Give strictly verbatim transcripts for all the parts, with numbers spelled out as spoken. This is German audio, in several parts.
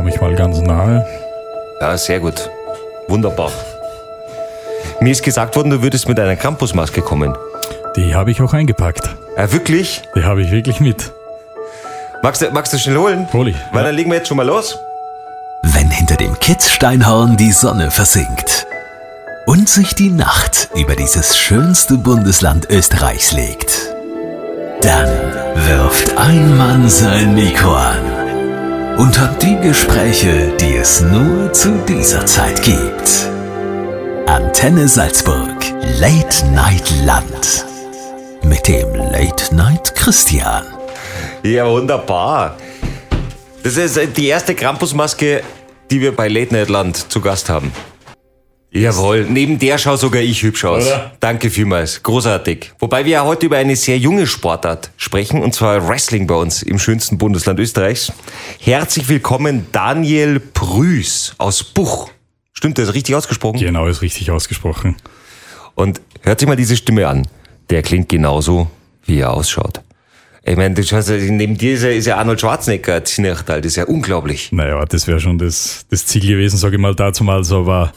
komme ich mal ganz nahe. Ja, sehr gut. Wunderbar. Mir ist gesagt worden, du würdest mit einer Krampusmaske kommen. Die habe ich auch eingepackt. Ja, wirklich? Die habe ich wirklich mit. Magst du, magst du schnell holen? Hol ich. Weil Ja. dann legen wir jetzt schon mal los. Wenn hinter dem Kitzsteinhorn die Sonne versinkt und sich die Nacht über dieses schönste Bundesland Österreichs legt, dann wirft ein Mann sein Mikro an und hat die Gespräche, die es nur zu dieser Zeit gibt. Antenne Salzburg, Late Night Land mit dem Late Night Christian. Ja, wunderbar. Das ist die erste Krampusmaske, die wir bei Late Night Land zu Gast haben. Jawohl, neben der schaue sogar ich hübsch aus. Oder? Danke vielmals, großartig. Wobei wir ja heute über eine sehr junge Sportart sprechen, und zwar Wrestling bei uns im schönsten Bundesland Österreichs. Herzlich willkommen Daniel Prüß aus Buch. Stimmt das richtig ausgesprochen? Genau, ist richtig ausgesprochen. Und hört sich mal diese Stimme an. Der klingt genauso, wie er ausschaut. Ich meine, du schaust, neben dir ist ja, ist ja Arnold Schwarzenegger, Zinnertal, das ist ja unglaublich. Naja, das wäre schon das, das Ziel gewesen, sage ich mal dazu mal so, aber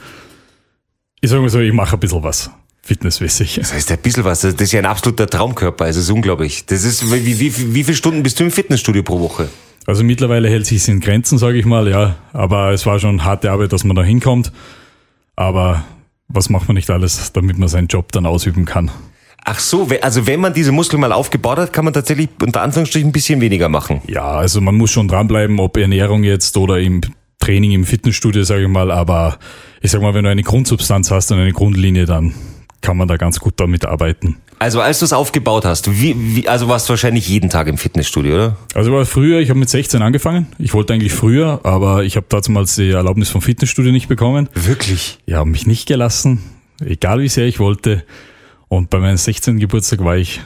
ich sage mal so, ich mache ein bisschen was, fitnessmäßig. Das heißt, ein bisschen was, das ist ja ein absoluter Traumkörper, also das ist unglaublich. Das ist, wie, wie, wie viele Stunden bist du im Fitnessstudio pro Woche? Also mittlerweile hält sich in Grenzen, sage ich mal, ja, aber es war schon harte Arbeit, dass man da hinkommt, aber was macht man nicht alles, damit man seinen Job dann ausüben kann? Ach so, also wenn man diese Muskeln mal aufgebaut hat, kann man tatsächlich unter Anführungsstrichen ein bisschen weniger machen. Ja, also man muss schon dranbleiben, ob Ernährung jetzt oder im Training im Fitnessstudio, sage ich mal, aber ich sag mal, wenn du eine Grundsubstanz hast und eine Grundlinie, dann kann man da ganz gut damit arbeiten. Also als du es aufgebaut hast, wie, wie, also warst du wahrscheinlich jeden Tag im Fitnessstudio, oder? Also war früher, ich habe mit sechzehn angefangen. Ich wollte eigentlich früher, aber ich habe damals die Erlaubnis vom Fitnessstudio nicht bekommen. Wirklich? Die haben mich nicht gelassen, egal wie sehr ich wollte. Und bei meinem sechzehnten Geburtstag war ich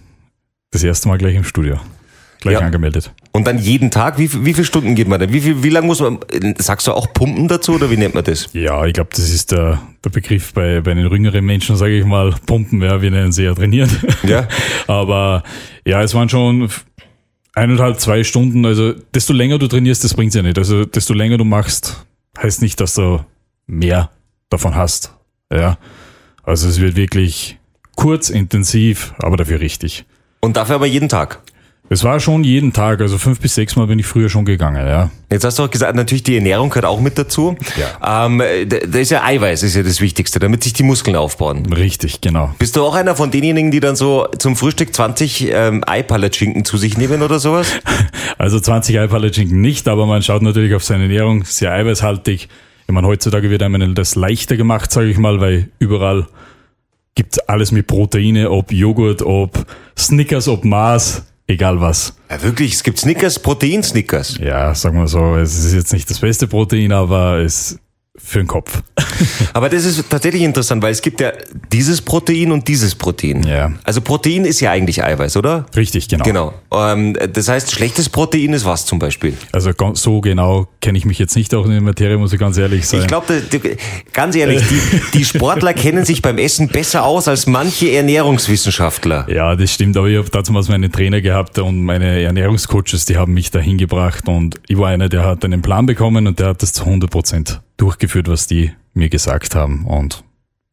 das erste Mal gleich im Studio. Gleich Ja. angemeldet. Und dann jeden Tag, wie, wie viele Stunden geht man da? Wie, viel, wie lange muss man, sagst du auch Pumpen dazu oder wie nennt man das? Ja, ich glaube, das ist der, der Begriff bei, bei den jüngeren Menschen, sage ich mal, Pumpen, ja, wir nennen sie ja trainieren. Ja. Aber ja, es waren schon eineinhalb, zwei Stunden. Also desto länger du trainierst, das bringt's ja nicht. Also desto länger du machst, heißt nicht, dass du mehr davon hast. Ja. Also es wird wirklich kurz, intensiv, aber dafür richtig. Und dafür aber jeden Tag? Es war schon jeden Tag, also fünf bis sechs Mal bin ich früher schon gegangen, ja. Jetzt hast du auch gesagt, natürlich die Ernährung gehört auch mit dazu. Ja. Ähm, da da ist ja Eiweiß, ist ja das Wichtigste, damit sich die Muskeln aufbauen. Richtig, genau. Bist du auch einer von denjenigen, die dann so zum Frühstück zwanzig ähm, Eipaletschinken zu sich nehmen oder sowas? Also zwanzig Eipaletschinken nicht, aber man schaut natürlich auf seine Ernährung, sehr eiweißhaltig. Ich meine, heutzutage wird einem das leichter gemacht, sage ich mal, weil überall gibt's alles mit Proteine, ob Joghurt, ob Snickers, ob Mars, egal was. Ja, wirklich, es gibt Snickers, Protein-Snickers. Ja, sagen wir so, es ist jetzt nicht das beste Protein, aber es für den Kopf. Aber das ist tatsächlich interessant, weil es gibt ja dieses Protein und dieses Protein. Ja. Also Protein ist ja eigentlich Eiweiß, oder? Richtig, genau. Genau. Ähm, das heißt, schlechtes Protein ist was zum Beispiel? Also ganz- so genau kenne ich mich jetzt nicht auch in der Materie, muss ich ganz ehrlich sein. Ich glaube, ganz ehrlich, die, die Sportler kennen sich beim Essen besser aus als manche Ernährungswissenschaftler. Ja, das stimmt, aber ich habe damals meine Trainer gehabt und meine Ernährungscoaches, die haben mich dahin gebracht und ich war einer, der hat einen Plan bekommen und der hat das zu hundert Prozent durchgeführt, was die mir gesagt haben. Und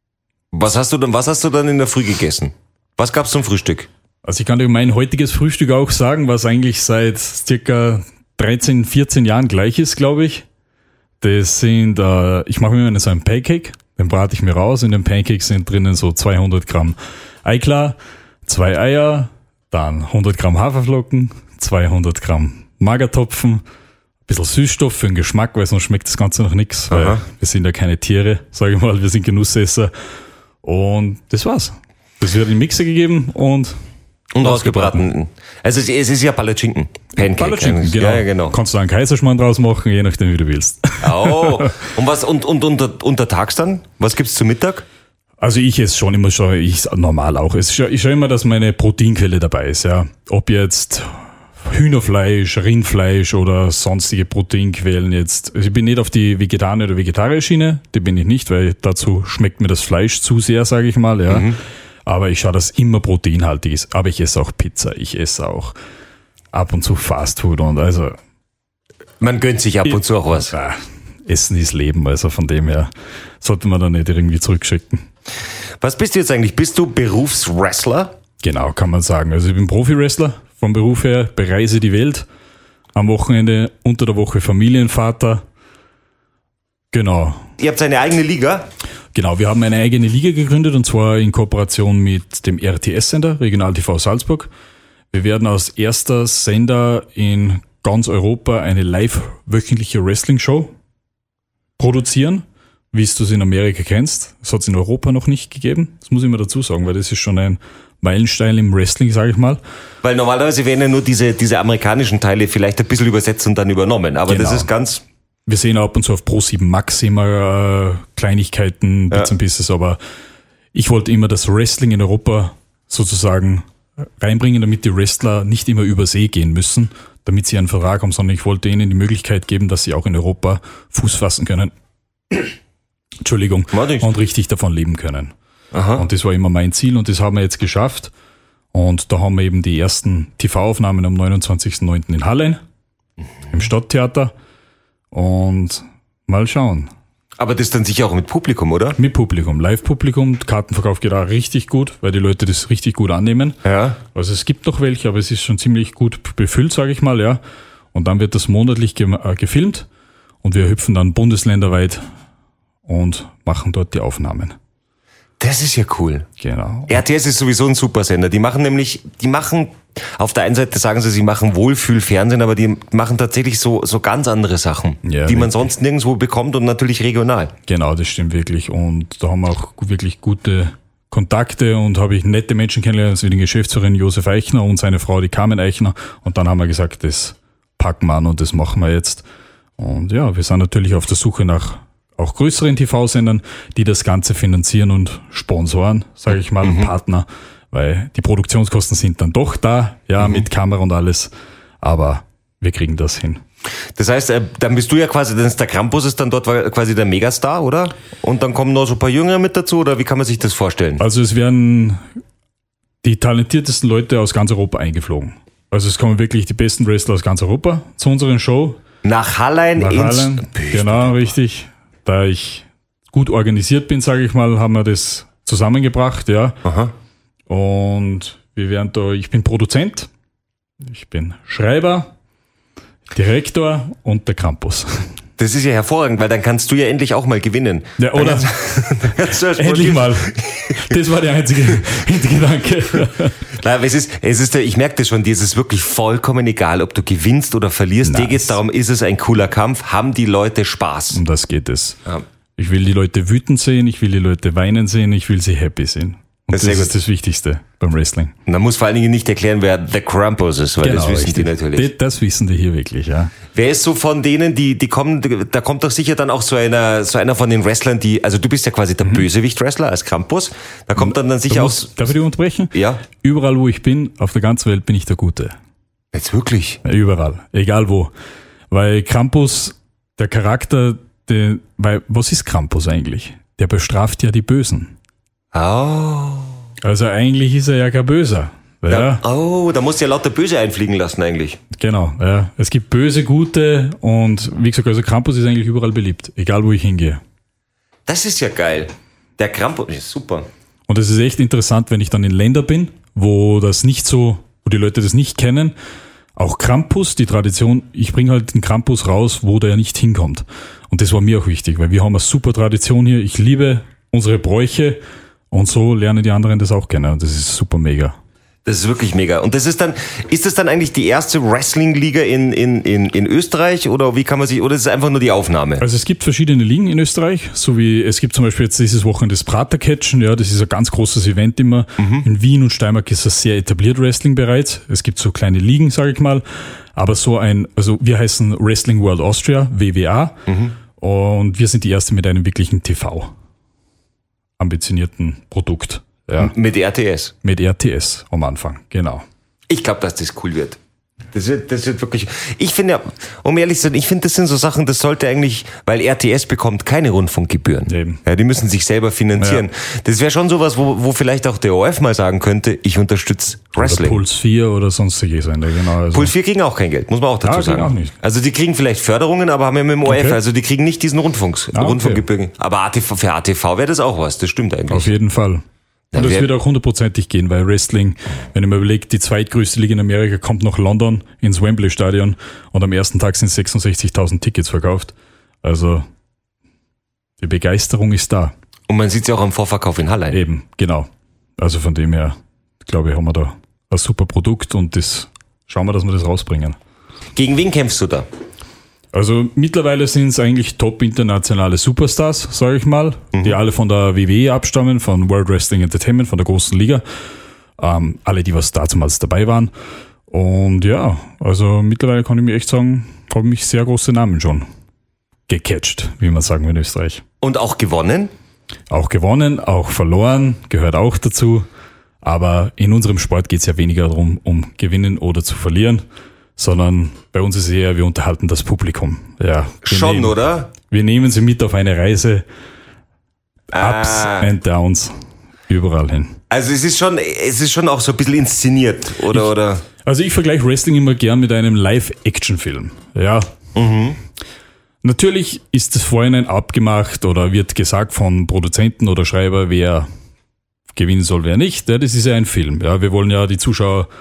Was hast du dann, was hast du dann in der Früh gegessen? Was gab's zum Frühstück? also ich kann dir mein heutiges Frühstück auch sagen, was eigentlich seit circa dreizehn, vierzehn Jahren gleich ist, glaube ich. Das sind, äh, ich mache mir immer so einen Pancake, den brate ich mir raus. In den Pancakes sind drinnen so zweihundert Gramm Eiklar, zwei Eier, dann hundert Gramm Haferflocken, zweihundert Gramm Magertopfen, bisschen Süßstoff für den Geschmack, weil sonst schmeckt das Ganze noch nichts, weil Aha. wir sind ja keine Tiere, sage ich mal, wir sind Genussesser. Und das war's. Das wird in den Mixer gegeben und Und ausgebraten. Also es es ist ja Palatschinken. Pancake. Palatschinken, genau. Ja, ja, genau. Kannst du einen Kaiserschmarrn draus machen, je nachdem, wie du willst. Oh. Und was, und, und unter, untertags dann? Was gibt's zu Mittag? Also ich esse schon immer schon, ich normal auch. Es ist, ich schaue immer, dass meine Proteinquelle dabei ist, ja. Ob jetzt Hühnerfleisch, Rindfleisch oder sonstige Proteinquellen jetzt. Ich bin nicht auf die vegetarische oder vegetarische Schiene, die bin ich nicht, weil dazu schmeckt mir das Fleisch zu sehr, sage ich mal, ja. Mhm. Aber ich schaue, dass immer proteinhaltig ist. Aber ich esse auch Pizza, ich esse auch ab und zu Fastfood und also Man gönnt sich ab und zu auch was. Ja, Essen ist Leben, also von dem her sollte man da nicht irgendwie zurückschicken. Was bist du jetzt eigentlich? Bist du Berufswrestler? Genau, kann man sagen. Also ich bin Profi-Wrestler vom Beruf her, bereise die Welt. Am Wochenende, unter der Woche Familienvater. Genau. Ihr habt eine eigene Liga? Genau, wir haben eine eigene Liga gegründet und zwar in Kooperation mit dem R T S-Sender, Regional T V Salzburg. Wir werden als erster Sender in ganz Europa eine live-wöchentliche Wrestling-Show produzieren, wie du es in Amerika kennst. Das hat es in Europa noch nicht gegeben. Das muss ich mal dazu sagen, weil das ist schon ein Meilenstein im Wrestling, sage ich mal. Weil normalerweise werden ja nur diese, diese amerikanischen Teile vielleicht ein bisschen übersetzt und dann übernommen. Aber Genau. das ist ganz... Wir sehen ab und zu auf Pro sieben Max immer äh, Kleinigkeiten, Bits Ja. and Pieces, aber ich wollte immer das Wrestling in Europa sozusagen reinbringen, damit die Wrestler nicht immer über See gehen müssen, damit sie einen Vertrag haben, sondern ich wollte ihnen die Möglichkeit geben, dass sie auch in Europa Fuß fassen können. Entschuldigung. Mach nichts. Und richtig davon leben können. Aha. Und das war immer mein Ziel und das haben wir jetzt geschafft. Und da haben wir eben die ersten T V-Aufnahmen am neunundzwanzigsten neunten in Hallein, im Stadttheater. Und mal schauen. Aber das dann sicher auch mit Publikum, oder? Mit Publikum, Live-Publikum. Kartenverkauf geht auch richtig gut, weil die Leute das richtig gut annehmen. Ja. Also es gibt noch welche, aber es ist schon ziemlich gut befüllt, sage ich mal, ja. Und dann wird das monatlich ge- äh, gefilmt und wir hüpfen dann bundesländerweit und machen dort die Aufnahmen. Das ist ja cool. Genau. R T S ist sowieso ein Supersender. Die machen nämlich, die machen, auf der einen Seite sagen sie, sie machen Wohlfühlfernsehen, aber die machen tatsächlich so, so ganz andere Sachen, Ja, die man wirklich. sonst nirgendwo bekommt und natürlich regional. Genau, das stimmt wirklich. Und da haben wir auch wirklich gute Kontakte und habe ich nette Menschen kennengelernt, also wie den Geschäftsführer Josef Eichner und seine Frau, die Carmen Eichner. Und dann haben wir gesagt, das packen wir an und das machen wir jetzt. Und ja, wir sind natürlich auf der Suche nach auch größeren T V-Sendern, die das Ganze finanzieren und sponsoren, sage ich mal, Mhm. Partner, weil die Produktionskosten sind dann doch da, ja, Mhm. mit Kamera und alles. Aber wir kriegen das hin. Das heißt, äh, dann bist du ja quasi, dann ist der Krampus ist dann dort quasi der Megastar, oder? Und dann kommen noch so ein paar Jüngere mit dazu, oder wie kann man sich das vorstellen? Also es werden die talentiertesten Leute aus ganz Europa eingeflogen. Also es kommen wirklich die besten Wrestler aus ganz Europa zu unserer Show. Nach Hallein Nach ins... Hallen. Genau, richtig. Da ich gut organisiert bin, sage ich mal, haben wir das zusammengebracht, ja. Aha. Und wir werden da, ich bin Produzent, ich bin Schreiber, Direktor und der Krampus. Das ist ja hervorragend, weil dann kannst du ja endlich auch mal gewinnen. Ja, oder? Kannst du ja Endlich sportiv- mal. Das war der einzige Gedanke. Nein, es ist, es ist, ich merke das schon, dir ist es wirklich vollkommen egal, ob du gewinnst oder verlierst. Dir Nice. geht es darum, ist es ein cooler Kampf, haben die Leute Spaß. Um das geht es. Ja. Ich will die Leute wütend sehen, ich will die Leute weinen sehen, ich will sie happy sehen. Und Das das, ist sehr ist das Wichtigste beim Wrestling. Und man muss vor allen Dingen nicht erklären, wer The Krampus ist, weil das wissen die natürlich. Das, das wissen die hier wirklich, ja. Wer ist so von denen, die, die kommen, da kommt doch sicher dann auch so einer, so einer von den Wrestlern, die, also du bist ja quasi der Bösewicht-Wrestler als Krampus, da kommt dann dann Da sicher auch, muss, darf ich dich unterbrechen? ja, Überall, wo ich bin, auf der ganzen Welt bin ich der Gute. jetzt wirklich. Ja, überall, egal wo. Weil Krampus, der Charakter, der, weil, was ist Krampus eigentlich? Der bestraft ja die Bösen. Oh. Also eigentlich ist er ja kein Böser. Ja, Ja. Oh, da musst du ja lauter Böse einfliegen lassen eigentlich. genau. Ja. Es gibt böse, gute und wie gesagt, also Krampus ist eigentlich überall beliebt, egal wo ich hingehe. Das ist ja geil. Der Krampus ist super. Und es ist echt interessant, wenn ich dann in Ländern bin, wo das nicht so, wo die Leute das nicht kennen. Auch Krampus, die Tradition, ich bringe halt den Krampus raus, wo der nicht hinkommt. Und das war mir auch wichtig, weil wir haben eine super Tradition hier. Ich liebe unsere Bräuche und so lernen die anderen das auch kennen. Und das ist super mega. Das ist wirklich mega. Und das ist dann, ist das dann eigentlich die erste Wrestling-Liga in, in, in, in Österreich oder wie kann man sich, oder ist es einfach nur die Aufnahme? Also es gibt verschiedene Ligen in Österreich, so wie es gibt zum Beispiel jetzt dieses Wochenende das Pratercatchen, ja, das ist ein ganz großes Event immer. Mhm. In Wien und Steiermark ist das sehr etabliert Wrestling bereits. Es gibt so kleine Ligen, sage ich mal, aber so ein, also wir heißen Wrestling World Austria, W W A, mhm. und wir sind die erste mit einem wirklichen T V ambitionierten Produkt. Ja, Mit R T S. mit R T S am Anfang, genau. Ich glaube, dass das cool wird. Das wird, das wird wirklich, ich finde ja, um ehrlich zu sein, ich finde, das sind so Sachen, das sollte eigentlich, weil R T S bekommt keine Rundfunkgebühren. Eben. Ja, die müssen sich selber finanzieren. Ja. Das wäre schon sowas, wo, wo vielleicht auch der O R F mal sagen könnte, ich unterstütze Wrestling. Oder Puls vier oder sonstige Sender, genau. Also. Puls vier kriegen auch kein Geld, muss man auch dazu ja, sagen. Auch nicht. Also die kriegen vielleicht Förderungen, aber haben ja mit dem O R F, okay. Also die kriegen nicht diesen Rundfunks, ah, okay. Rundfunkgebühren. Aber A T V, für A T V wäre das auch was, das stimmt eigentlich. Auf jeden Fall. Und das wird auch hundertprozentig gehen, weil Wrestling, wenn ich mir überlege, die zweitgrößte Liga in Amerika kommt nach London ins Wembley Stadion und am ersten Tag sind sechsundsechzigtausend Tickets verkauft. Also die Begeisterung ist da. Und man sieht es ja auch am Vorverkauf in Halle. Eben, genau. Also von dem her, glaube ich, haben wir da ein super Produkt und das schauen wir, dass wir das rausbringen. Gegen wen kämpfst du da? Also mittlerweile sind es eigentlich top internationale Superstars, sage ich mal, mhm. die alle von der W W E abstammen, von World Wrestling Entertainment, von der großen Liga. Ähm, alle, die was damals dabei waren. Und ja, also mittlerweile kann ich mir echt sagen, habe mich sehr große Namen schon gecatcht, wie man sagen will in Österreich. Und auch gewonnen? Auch gewonnen, auch verloren, gehört auch dazu. Aber in unserem Sport geht es ja weniger darum, um gewinnen oder zu verlieren, sondern bei uns ist es eher, wir unterhalten das Publikum. Ja, schon, nehmen, oder? Wir nehmen sie mit auf eine Reise, ah. Ups and Downs, überall hin. Also es ist schon, es ist schon auch so ein bisschen inszeniert, oder? Ich, oder? Also ich vergleiche Wrestling immer gern mit einem Live-Action-Film. Ja. Mhm. Natürlich ist es vorhin abgemacht oder wird gesagt von Produzenten oder Schreiber, wer gewinnen soll, wer nicht. Ja, das ist ja ein Film. Ja, wir wollen ja die Zuschauer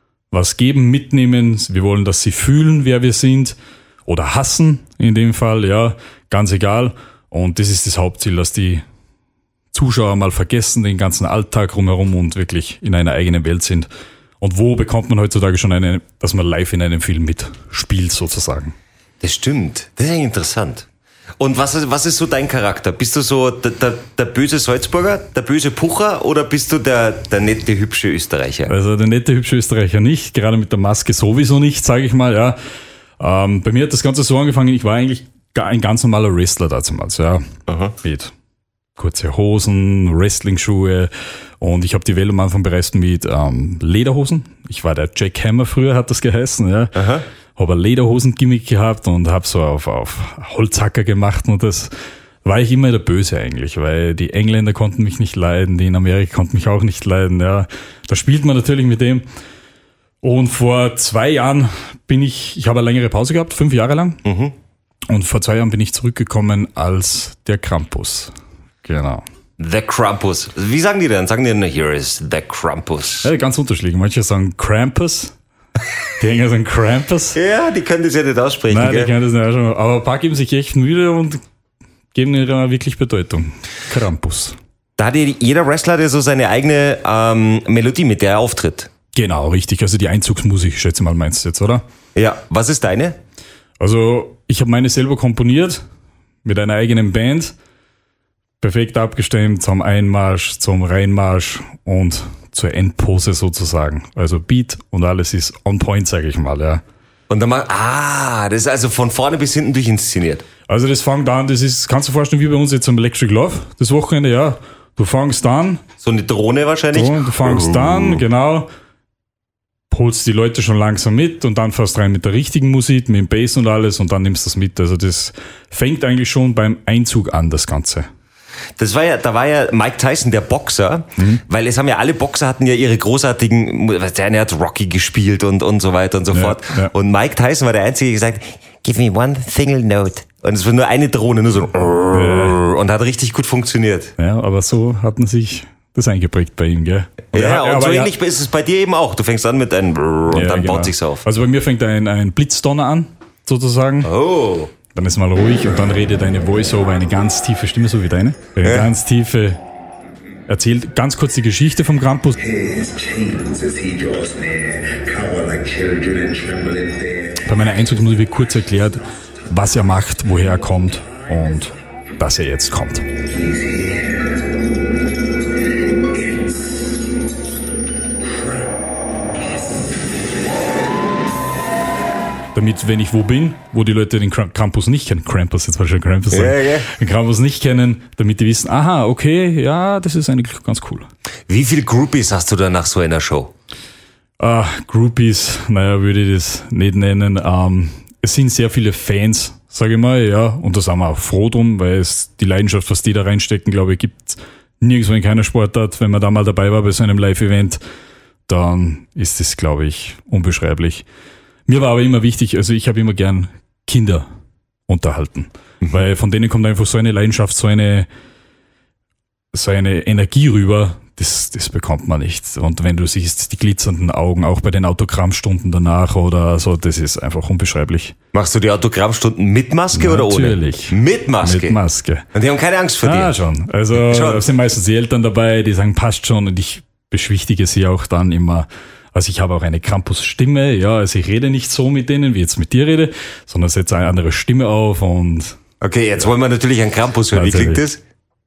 was geben, mitnehmen. Wir wollen, dass sie fühlen, wer wir sind oder hassen in dem Fall, ja, ganz egal. Und das ist das Hauptziel, dass die Zuschauer mal vergessen den ganzen Alltag rumherum und wirklich in einer eigenen Welt sind. Und wo bekommt man heutzutage schon eine, dass man live in einem Film mitspielt sozusagen? Das stimmt. Das ist ja interessant. Und was ist, was ist so dein Charakter? Bist du so der, der, der böse Salzburger, der böse Pucher oder bist du der, der nette, hübsche Österreicher? Also der nette, hübsche Österreicher nicht, gerade mit der Maske sowieso nicht, sage ich mal. Ja. Ähm, bei mir hat das Ganze so angefangen, ich war eigentlich ein ganz normaler Wrestler damals. Ja. Aha. Mit kurze Hosen, Wrestling-Schuhe und ich habe die Welt am Anfang bereist mit ähm, Lederhosen. Ich war der Jack Hammer früher, hat das geheißen. Ja. Aha. Habe ein Lederhosen-Gimmick gehabt und habe so auf, auf Holzhacker gemacht und das war ich immer der Böse eigentlich, weil die Engländer konnten mich nicht leiden, die in Amerika konnten mich auch nicht leiden. Ja, da spielt man natürlich mit dem. Und vor zwei Jahren bin ich, ich habe eine längere Pause gehabt, fünf Jahre lang. Mhm. Und vor zwei Jahren bin ich zurückgekommen als der Krampus. Genau. The Krampus. Wie sagen die denn? Sagen die denn, here is the Krampus? Ja, ganz unterschiedlich. Manche sagen Krampus. Die Engländer sagen Krampus. Ja, die können das ja nicht aussprechen. Nein, gell? die können das nicht aussprechen. Aber ein paar geben sich echt müde und geben ihrer wirklich Bedeutung. Krampus. Da hat jeder Wrestler hat ja so seine eigene ähm, Melodie, mit der er auftritt. Genau, richtig. Also die Einzugsmusik, ich schätze mal, meinst du jetzt, oder? Ja, was ist deine? Also ich habe meine selber komponiert mit einer eigenen Band. Perfekt abgestimmt zum Einmarsch, zum Reinmarsch und zur Endpose sozusagen. Also Beat und alles ist on point, sage ich mal, ja. Und dann mal, ah, das ist also von vorne bis hinten durchinszeniert. Also das fängt an, das ist, kannst du dir vorstellen, wie bei uns jetzt am Electric Love, das Wochenende, ja. Du fängst an. So eine Drohne wahrscheinlich. So, du fängst uh. an, genau. Holst die Leute schon langsam mit und dann fährst rein mit der richtigen Musik, mit dem Bass und alles und dann nimmst du das mit. Also das fängt eigentlich schon beim Einzug an, das Ganze. Das war ja, da war ja Mike Tyson der Boxer, mhm. weil es haben ja alle Boxer hatten ja ihre großartigen, der eine hat Rocky gespielt und, und so weiter und so ja, fort. Ja. Und Mike Tyson war der Einzige, der gesagt hat, give me one single note. Und es war nur eine Drohne, nur so ja. und hat richtig gut funktioniert. Ja, aber so hat man sich das eingeprägt bei ihm, gell? Und ja, hat, und so ja, ähnlich ist es bei dir eben auch. Du fängst an mit einem und ja, dann genau. baut sich's auf. Also bei mir fängt ein, ein Blitzdonner an, sozusagen. Oh. Dann ist mal ruhig und dann redet eine Voice-Over, eine ganz tiefe Stimme, so wie deine. Eine ja. ganz tiefe, erzählt ganz kurz die Geschichte vom Krampus. Bei meiner Einzugsmusik wird kurz erklärt, was er macht, woher er kommt und dass er jetzt kommt. Damit, wenn ich wo bin, wo die Leute den Krampus nicht kennen, Krampus, jetzt war schon Krampus sagen, ja, ja. den Krampus nicht kennen, damit die wissen, aha, okay, ja, das ist eigentlich ganz cool. Wie viele Groupies hast du da nach so einer Show? Ah, Groupies, naja, würde ich das nicht nennen. Ähm, es sind sehr viele Fans, sage ich mal, ja, und da sind wir auch froh drum, weil es die Leidenschaft, was die da reinstecken, glaube ich, gibt nirgendwo in keiner Sportart. Wenn man da mal dabei war bei so einem Live-Event, dann ist das, glaube ich, unbeschreiblich. Mir war aber immer wichtig, also ich habe immer gern Kinder unterhalten, mhm. weil von denen kommt einfach so eine Leidenschaft, so eine, so eine Energie rüber, das, das bekommt man nicht. Und wenn du siehst, die glitzernden Augen, auch bei den Autogrammstunden danach oder so, das ist einfach unbeschreiblich. Machst du die Autogrammstunden mit Maske Natürlich. oder ohne? Natürlich. Mit Maske? Mit Maske. Und die haben keine Angst vor dir? Ah, schon. Also schon. Da sind meistens die Eltern dabei, die sagen, passt schon, und ich beschwichtige sie auch dann immer. Also ich habe auch eine Krampus-Stimme, ja, also ich rede nicht so mit denen, wie ich jetzt mit dir rede, sondern setze eine andere Stimme auf und... Okay, jetzt wollen wir natürlich einen Krampus hören. Wie klingt das?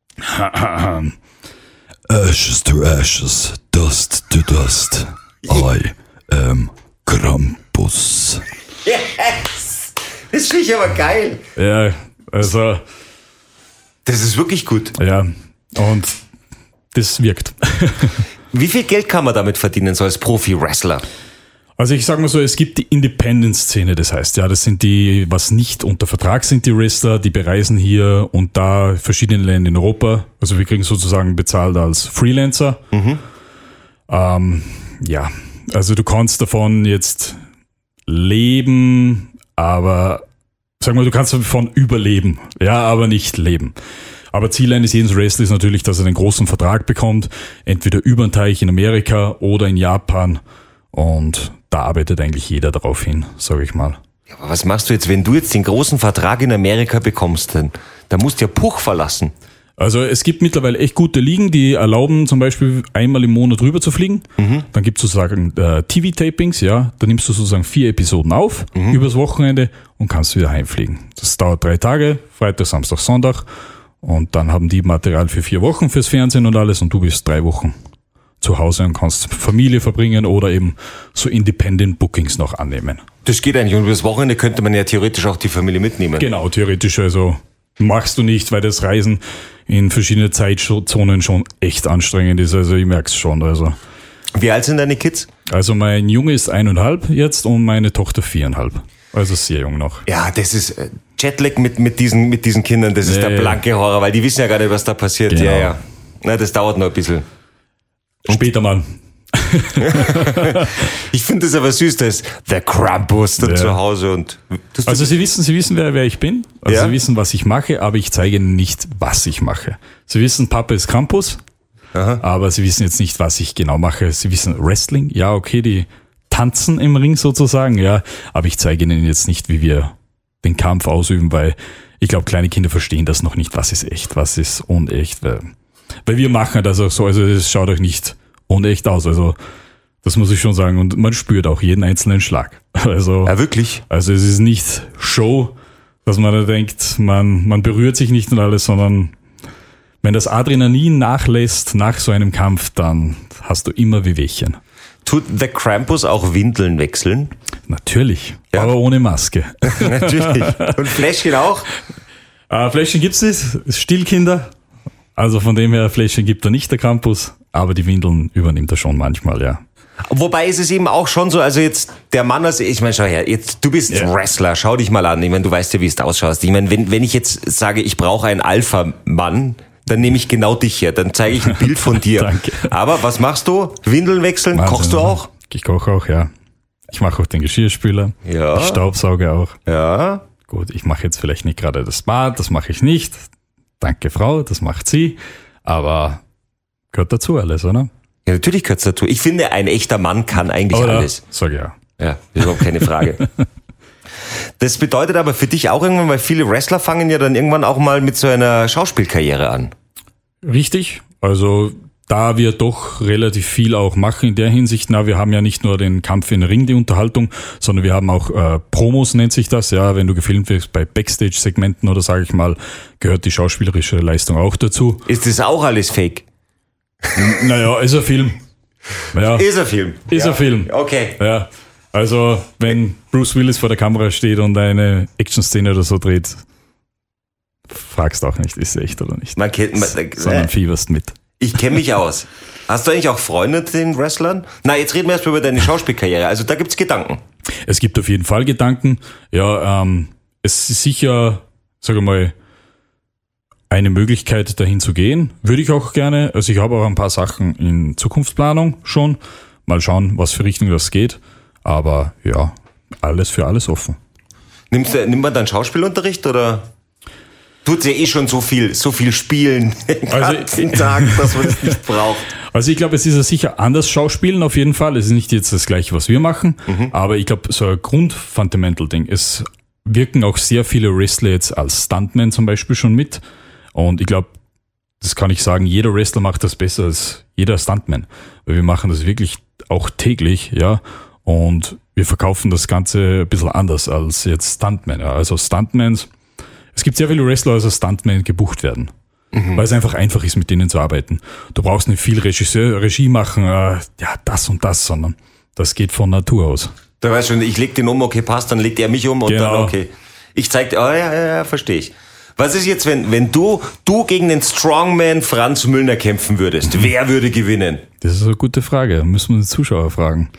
Ashes to ashes, dust to dust. I am Krampus. Yes! Das finde ich aber geil. Ja, also... Das ist wirklich gut. Ja, und das wirkt. Wie viel Geld kann man damit verdienen, so als Profi-Wrestler? Also ich sage mal so, es gibt die Independent-Szene, das heißt, ja, das sind die, was nicht unter Vertrag sind, die Wrestler, die bereisen hier und da verschiedene Länder in Europa. Also wir kriegen sozusagen bezahlt als Freelancer. Mhm. Ähm, ja, also du kannst davon jetzt leben, aber sag mal, du kannst davon überleben, ja, aber nicht leben. Aber Ziel eines jeden Wrestlers ist natürlich, dass er einen großen Vertrag bekommt, entweder über den Teich in Amerika oder in Japan, und da arbeitet eigentlich jeder darauf hin, sage ich mal. Ja, aber was machst du jetzt, wenn du jetzt den großen Vertrag in Amerika bekommst? Denn da musst du ja Puch verlassen. Also es gibt mittlerweile echt gute Ligen, die erlauben zum Beispiel einmal im Monat rüber zu fliegen. Mhm. Dann gibt es sozusagen äh, T V-Tapings, ja. Da nimmst du sozusagen vier Episoden auf, mhm. übers Wochenende, und kannst wieder heimfliegen. Das dauert drei Tage, Freitag, Samstag, Sonntag. Und dann haben die Material für vier Wochen fürs Fernsehen und alles, und du bist drei Wochen zu Hause und kannst Familie verbringen oder eben so Independent Bookings noch annehmen. Das geht eigentlich, und übers Wochenende könnte man ja theoretisch auch die Familie mitnehmen. Genau, theoretisch, also machst du nicht, weil das Reisen in verschiedene Zeitzonen schon echt anstrengend ist, also ich merk's schon. Also. Wie alt sind deine Kids? Also mein Junge ist eineinhalb jetzt und meine Tochter viereinhalb. Also sehr jung noch. Ja, das ist äh, Jetlag mit, mit, diesen, mit diesen Kindern, das ist nee. der blanke Horror, weil die wissen ja gar nicht, was da passiert. Genau. Ja, ja. Na, das dauert noch ein bisschen. Und später mal. Ich finde das aber süß, dass der Krampus da ja. zu Hause und. Also Sie wissen, Sie wissen, wer, wer ich bin. Also ja? Sie wissen, was ich mache, aber ich zeige Ihnen nicht, was ich mache. Sie wissen, Papa ist Krampus, aha. aber Sie wissen jetzt nicht, was ich genau mache. Sie wissen Wrestling, ja, okay, die tanzen im Ring sozusagen, ja, aber ich zeige Ihnen jetzt nicht, wie wir den Kampf ausüben, weil ich glaube, kleine Kinder verstehen das noch nicht, was ist echt, was ist unecht, weil, weil wir machen das auch so, also es schaut euch nicht unecht aus, also das muss ich schon sagen, und man spürt auch jeden einzelnen Schlag. Also, ja, wirklich? Also es ist nicht Show, dass man da denkt, man, man berührt sich nicht und alles, sondern wenn das Adrenalin nachlässt nach so einem Kampf, dann hast du immer Wehwehchen. Tut der Krampus auch Windeln wechseln? Natürlich, ja. aber ohne Maske. Natürlich. Und Fläschchen auch? Äh, Fläschchen gibt's nicht, Stillkinder. Also von dem her, Fläschchen gibt er nicht, der Krampus, aber die Windeln übernimmt er schon manchmal, ja. Wobei ist es eben auch schon so, also jetzt der Mann, also ich meine, schau her, jetzt du bist ja. Wrestler, schau dich mal an. Ich meine, du weißt ja, wie es da ausschaust. Ich meine, wenn, wenn ich jetzt sage, ich brauche einen Alpha-Mann, dann nehme ich genau dich her, dann zeige ich ein Bild von dir. Danke. Aber was machst du? Windeln wechseln? Wahnsinn, kochst du auch? Ich koche auch, ja. Ich mache auch den Geschirrspüler. Ja. Ich staubsauge auch. Ja. Gut, ich mache jetzt vielleicht nicht gerade das Bad, das mache ich nicht. Danke, Frau, das macht sie. Aber gehört dazu alles, oder? Ja, natürlich gehört es dazu. Ich finde, ein echter Mann kann eigentlich oder? alles. Sag ja. Ja, ist überhaupt keine Frage. Das bedeutet aber für dich auch irgendwann, weil viele Wrestler fangen ja dann irgendwann auch mal mit so einer Schauspielkarriere an. Richtig. Also da wir doch relativ viel auch machen in der Hinsicht, na, wir haben ja nicht nur den Kampf in den Ring, die Unterhaltung, sondern wir haben auch äh, Promos, nennt sich das, ja, wenn du gefilmt wirst bei Backstage-Segmenten oder sage ich mal, gehört die schauspielerische Leistung auch dazu. Ist das auch alles fake? N- naja, ist ein Film. Ja, ist ein Film. Ist ja. ein Film. Okay. Ja. Also, wenn Bruce Willis vor der Kamera steht und eine Action-Szene oder so dreht, fragst auch nicht, ist es echt oder nicht. Man kennt, man, sondern fieberst mit. Ich kenne mich aus. Hast du eigentlich auch Freunde mit den Wrestlern? Na, jetzt reden wir erstmal über deine Schauspielkarriere. Also da gibt's Gedanken. Es gibt auf jeden Fall Gedanken. Ja, ähm, es ist sicher, sage ich mal, eine Möglichkeit, dahin zu gehen. Würde ich auch gerne. Also ich habe auch ein paar Sachen in Zukunftsplanung schon. Mal schauen, was für Richtung das geht. Aber ja, alles für alles offen. Nimmst du, nimmt man dann Schauspielunterricht oder tut's ja eh schon so viel, so viel spielen den ganzen also, Tag, dass man das nicht braucht? Also ich glaube, es ist ja sicher anders Schauspielen auf jeden Fall. Es ist nicht jetzt das Gleiche, was wir machen. Mhm. Aber ich glaube, so ein Grundfundamental-Ding. Es wirken auch sehr viele Wrestler jetzt als Stuntman zum Beispiel schon mit. Und ich glaube, das kann ich sagen, jeder Wrestler macht das besser als jeder Stuntman. Weil wir machen das wirklich auch täglich, ja. Und wir verkaufen das Ganze ein bisschen anders als jetzt Stuntman. Ja. Also Stuntmans, es gibt sehr viele Wrestler, die als Stuntman gebucht werden. Mhm. Weil es einfach einfach ist, mit denen zu arbeiten. Du brauchst nicht viel Regisseur, Regie machen, äh, ja, das und das, sondern das geht von Natur aus. Da weißt du, ich leg den um, okay, passt, dann legt er mich um und genau. Dann, okay. Ich zeig dir, oh ja, ja, ja, verstehe ich. Was ist jetzt, wenn, wenn du, du gegen den Strongman Franz Müllner kämpfen würdest? Mhm. Wer würde gewinnen? Das ist eine gute Frage. Da müssen wir die Zuschauer fragen.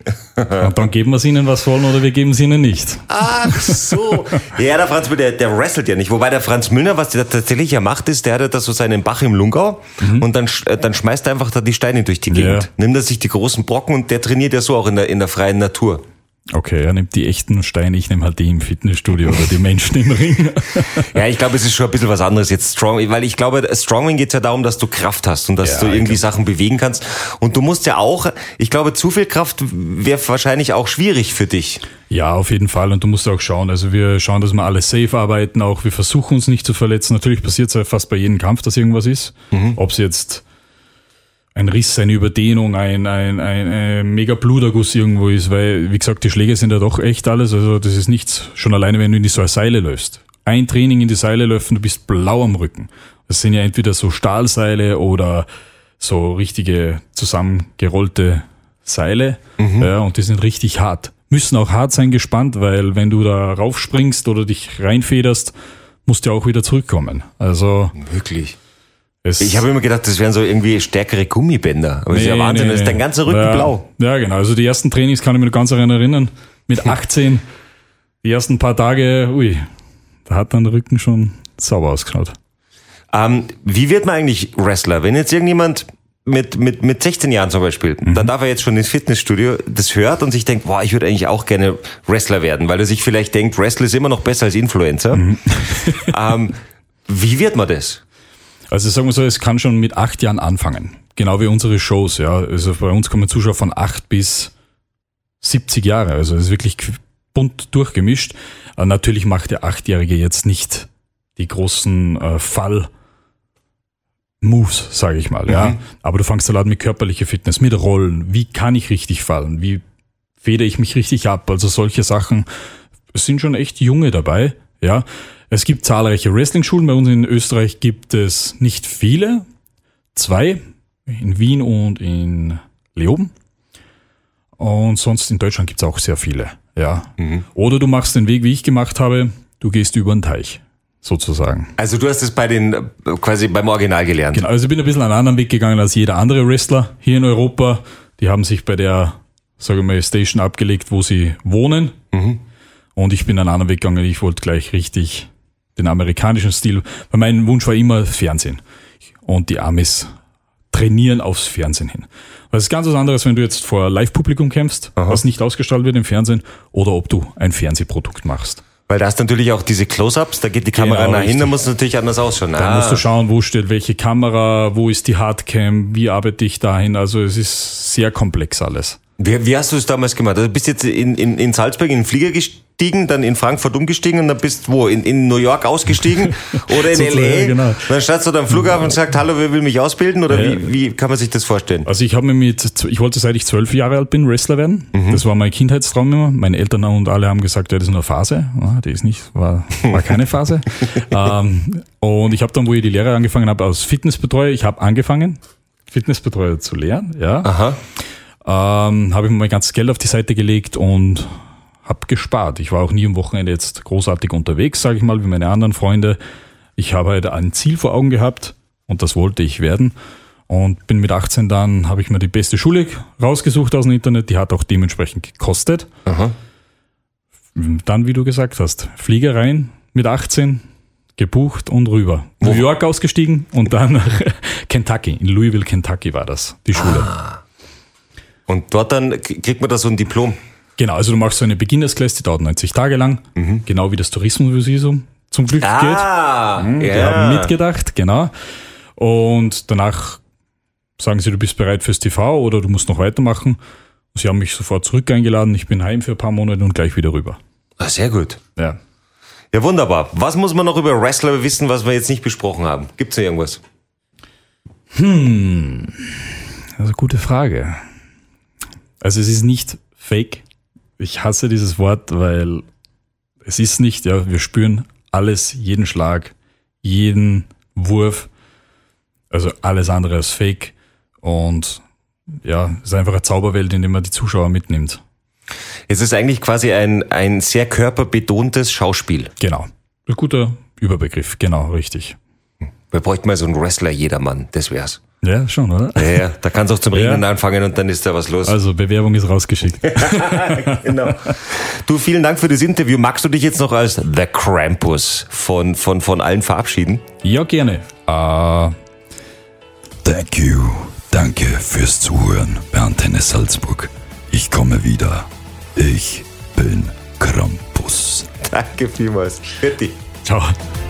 Und dann geben wir es ihnen, was wollen, oder wir geben es ihnen nicht. Ach so. Ja, der Franz Müllner, der, der wrestelt ja nicht. Wobei der Franz Müllner, was der tatsächlich ja macht, ist, der hat da so seinen Bach im Lungau mhm. und dann, dann schmeißt er einfach da die Steine durch die Gegend. Ja. Nimmt er sich die großen Brocken und der trainiert ja so auch in der, in der freien Natur. Okay, er nimmt die echten Steine, ich nehme halt die im Fitnessstudio oder die Menschen im Ring. Ja, ich glaube, es ist schon ein bisschen was anderes jetzt Strong, weil ich glaube, Strongman geht ja darum, dass du Kraft hast und dass ja, du irgendwie Sachen bewegen kannst. Und du musst ja auch, ich glaube, zu viel Kraft wäre wahrscheinlich auch schwierig für dich. Ja, auf jeden Fall. Und du musst auch schauen, also wir schauen, dass wir alle safe arbeiten, auch wir versuchen uns nicht zu verletzen. Natürlich passiert es ja fast bei jedem Kampf, dass irgendwas ist. Mhm. Ob es jetzt ein Riss, eine Überdehnung, ein, ein, ein, ein mega Bluterguss irgendwo ist, weil, wie gesagt, die Schläge sind ja doch echt alles, also das ist nichts, schon alleine, wenn du in die so eine Seile läufst. Ein Training in die Seile läuft, du bist blau am Rücken. Das sind ja entweder so Stahlseile oder so richtige zusammengerollte Seile, mhm. ja, und die sind richtig hart. Müssen auch hart sein gespannt, weil wenn du da raufspringst oder dich reinfederst, musst du auch wieder zurückkommen. Also. Wirklich? Es ich habe immer gedacht, das wären so irgendwie stärkere Gummibänder. Aber nee, das ist ja Wahnsinn, nee, das ist dein ganzer Rücken ja, blau. Ja, genau. Also die ersten Trainings kann ich mich noch ganz daran erinnern. Mit achtzehn, die ersten paar Tage, ui, da hat dann der Rücken schon sauber ausgeschaut. Ähm, wie wird man eigentlich Wrestler? Wenn jetzt irgendjemand mit mit mit sechzehn Jahren zum Beispiel, mhm. dann darf er jetzt schon ins Fitnessstudio, das hört und sich denkt, boah, ich würde eigentlich auch gerne Wrestler werden, weil er sich vielleicht denkt, Wrestler ist immer noch besser als Influencer. Mhm. ähm, wie wird man das? Also sagen wir so, es kann schon mit acht Jahren anfangen. Genau wie unsere Shows, ja. Also bei uns kommen Zuschauer von acht bis siebzig Jahre. Also es ist wirklich bunt durchgemischt. Aber natürlich macht der Achtjährige jetzt nicht die großen äh, Fall-Moves, sage ich mal, mhm. ja. Aber du fängst halt mit körperlicher Fitness, mit Rollen. Wie kann ich richtig fallen? Wie federe ich mich richtig ab? Also solche Sachen. Es sind schon echt Junge dabei, ja. Es gibt zahlreiche Wrestling-Schulen. Bei uns in Österreich gibt es nicht viele. Zwei. In Wien und in Leoben. Und sonst in Deutschland gibt es auch sehr viele. Ja. Mhm. Oder du machst den Weg, wie ich gemacht habe. Du gehst über den Teich, sozusagen. Also du hast es bei den, quasi beim Original gelernt. Genau. Also ich bin ein bisschen einen anderen Weg gegangen als jeder andere Wrestler hier in Europa. Die haben sich bei der, sage ich mal, Station abgelegt, wo sie wohnen. Mhm. Und ich bin einen anderen Weg gegangen. Ich wollte gleich richtig den amerikanischen Stil, weil mein Wunsch war immer Fernsehen. Und die Amis trainieren aufs Fernsehen hin. Das ist ganz was anderes, wenn du jetzt vor Live-Publikum kämpfst, Aha. was nicht ausgestrahlt wird im Fernsehen, oder ob du ein Fernsehprodukt machst. Weil da hast du natürlich auch diese Close-Ups, da geht die Kamera genau, nach hin, da muss es natürlich anders ausschauen. Da ah. musst du schauen, wo steht welche Kamera, wo ist die Hardcam, wie arbeite ich dahin. Also es ist sehr komplex alles. Wie, wie hast du es damals gemacht? Also bist jetzt in, in, in Salzburg in den Flieger gestiegen, dann in Frankfurt umgestiegen und dann bist wo? In, in New York ausgestiegen oder in L A? Ja, genau. Dann standst du da am Flughafen und sagst, hallo, wer will mich ausbilden? Oder ja. wie, wie kann man sich das vorstellen? Also ich habe mir mit, ich wollte seit ich zwölf Jahre alt bin, Wrestler werden. Mhm. Das war mein Kindheitstraum immer. Meine Eltern und alle haben gesagt, ja, das ist nur eine Phase. Ja, die ist nicht, war, war keine Phase. ähm, und ich habe dann, wo ich die Lehre angefangen habe, als Fitnessbetreuer, ich habe angefangen, Fitnessbetreuer zu lernen. Ja. Aha. Ähm, habe ich mir mein ganzes Geld auf die Seite gelegt und habe gespart. Ich war auch nie am Wochenende jetzt großartig unterwegs, sage ich mal, wie meine anderen Freunde. Ich habe halt ein Ziel vor Augen gehabt und das wollte ich werden. Und bin mit achtzehn dann, habe ich mir die beste Schule rausgesucht aus dem Internet, die hat auch dementsprechend gekostet. Aha. Dann, wie du gesagt hast, Flieger rein mit achtzehn, gebucht und rüber. Wo? New York ausgestiegen und dann nach Kentucky. In Louisville, Kentucky war das, die Schule. Ah. Und dort dann kriegt man da so ein Diplom. Genau, also du machst so eine Beginnersklasse, die dauert neunzig Tage lang, mhm. genau wie das Tourismusvisum zum Glück ah, geht. Mhm, ja. Die haben mitgedacht, genau. Und danach sagen sie, du bist bereit fürs T V oder du musst noch weitermachen. Sie haben mich sofort zurück eingeladen, ich bin heim für ein paar Monate und gleich wieder rüber. Ah, sehr gut. Ja. Ja, wunderbar. Was muss man noch über Wrestler wissen, was wir jetzt nicht besprochen haben? Gibt's noch irgendwas? Hm, also gute Frage. Also es ist nicht fake. Ich hasse dieses Wort, weil es ist nicht, ja, wir spüren alles, jeden Schlag, jeden Wurf, also alles andere als fake. Und ja, es ist einfach eine Zauberwelt, in der man die Zuschauer mitnimmt. Es ist eigentlich quasi ein, ein sehr körperbetontes Schauspiel. Genau. Ein guter Überbegriff, genau, richtig. Wir bräuchten mal so einen Wrestler-Jedermann, das wär's. Ja, schon, oder? Ja, ja, da kannst du auch zum Ringen Ja. anfangen und dann ist da was los. Also Bewerbung ist rausgeschickt. Genau. Du, vielen Dank für das Interview. Magst du dich jetzt noch als The Krampus von, von, von allen verabschieden? Ja, gerne. Äh, Thank you. Danke fürs Zuhören bei Antenne Salzburg. Ich komme wieder. Ich bin Krampus. Danke vielmals. Fertig. ciao.